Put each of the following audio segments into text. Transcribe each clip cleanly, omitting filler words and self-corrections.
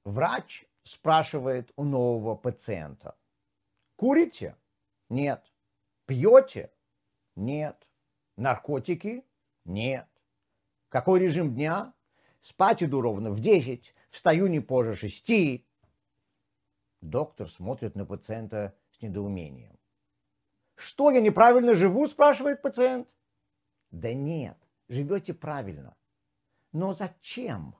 Врач спрашивает у нового пациента: курите? Нет. Пьете? Нет. Наркотики? Нет. Какой режим дня? Спать иду ровно в 10, встаю не позже 6. Доктор смотрит на пациента с недоумением. Что, я неправильно живу, спрашивает пациент. Да нет, живете правильно. Но зачем?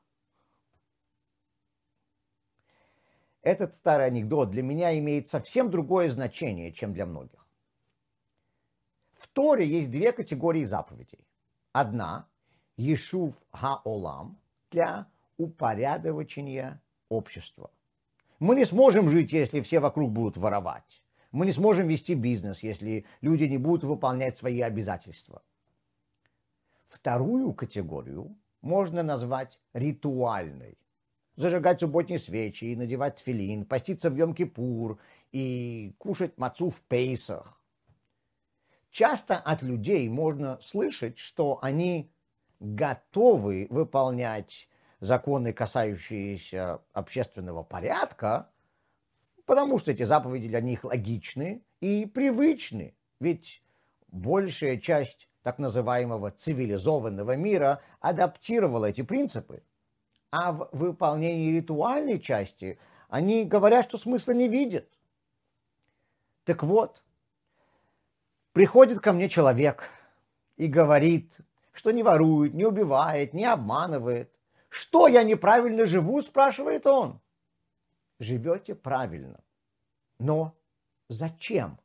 Этот старый анекдот для меня имеет совсем другое значение, чем для многих. В Торе есть две категории заповедей. Одна – Ешув ха-олам, для упорядочения общества. Мы не сможем жить, если все вокруг будут воровать. Мы не сможем вести бизнес, если люди не будут выполнять свои обязательства. Вторую категорию можно назвать ритуальной. Зажигать субботние свечи, и надевать тфилин, поститься в Йом-Кипур и кушать мацу в Пейсах. Часто от людей можно слышать, что они готовы выполнять законы, касающиеся общественного порядка, потому что эти заповеди для них логичны и привычны. Ведь большая часть так называемого цивилизованного мира адаптировала эти принципы. А в выполнении ритуальной части они говорят, что смысла не видят. Так вот, приходит ко мне человек и говорит, что не ворует, не убивает, не обманывает. Что, я неправильно живу, спрашивает он. Живете правильно. Но зачем?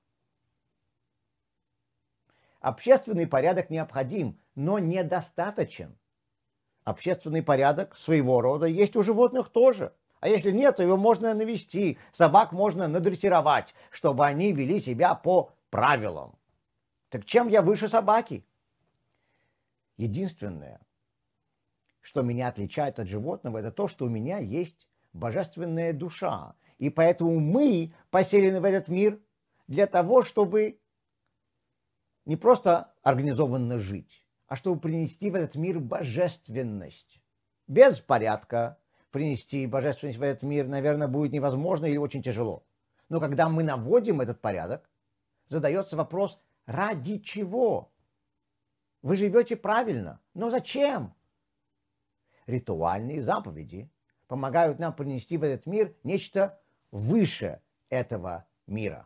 Общественный порядок необходим, но недостаточен. Общественный порядок своего рода есть у животных тоже. А если нет, то его можно навести. Собак можно надрессировать, чтобы они вели себя по правилам. Так чем я выше собаки? Единственное, что меня отличает от животного, это то, что у меня есть божественная душа. И поэтому мы поселены в этот мир для того, чтобы не просто организованно жить, а чтобы принести в этот мир божественность. Без порядка принести божественность в этот мир, наверное, будет невозможно или очень тяжело. Но когда мы наводим этот порядок, задается вопрос, ради чего? Вы живете правильно, но зачем? Ритуальные заповеди помогают нам принести в этот мир нечто выше этого мира.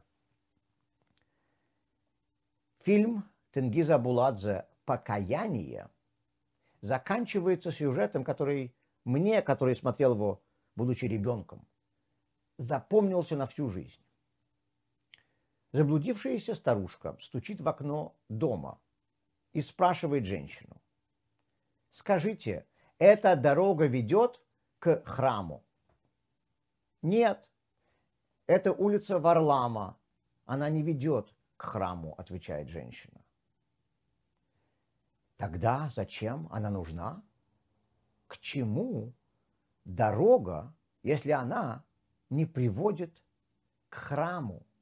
Фильм Тенгиза Абуладзе «Покаяние» заканчивается сюжетом, который смотрел его, будучи ребенком, запомнился на всю жизнь. Заблудившаяся старушка стучит в окно дома и спрашивает женщину: «Скажите, эта дорога ведет к храму?» «Нет, это улица Варлама, она не ведет к храму», отвечает женщина. Тогда зачем она нужна? К чему дорога, если она не приводит к храму?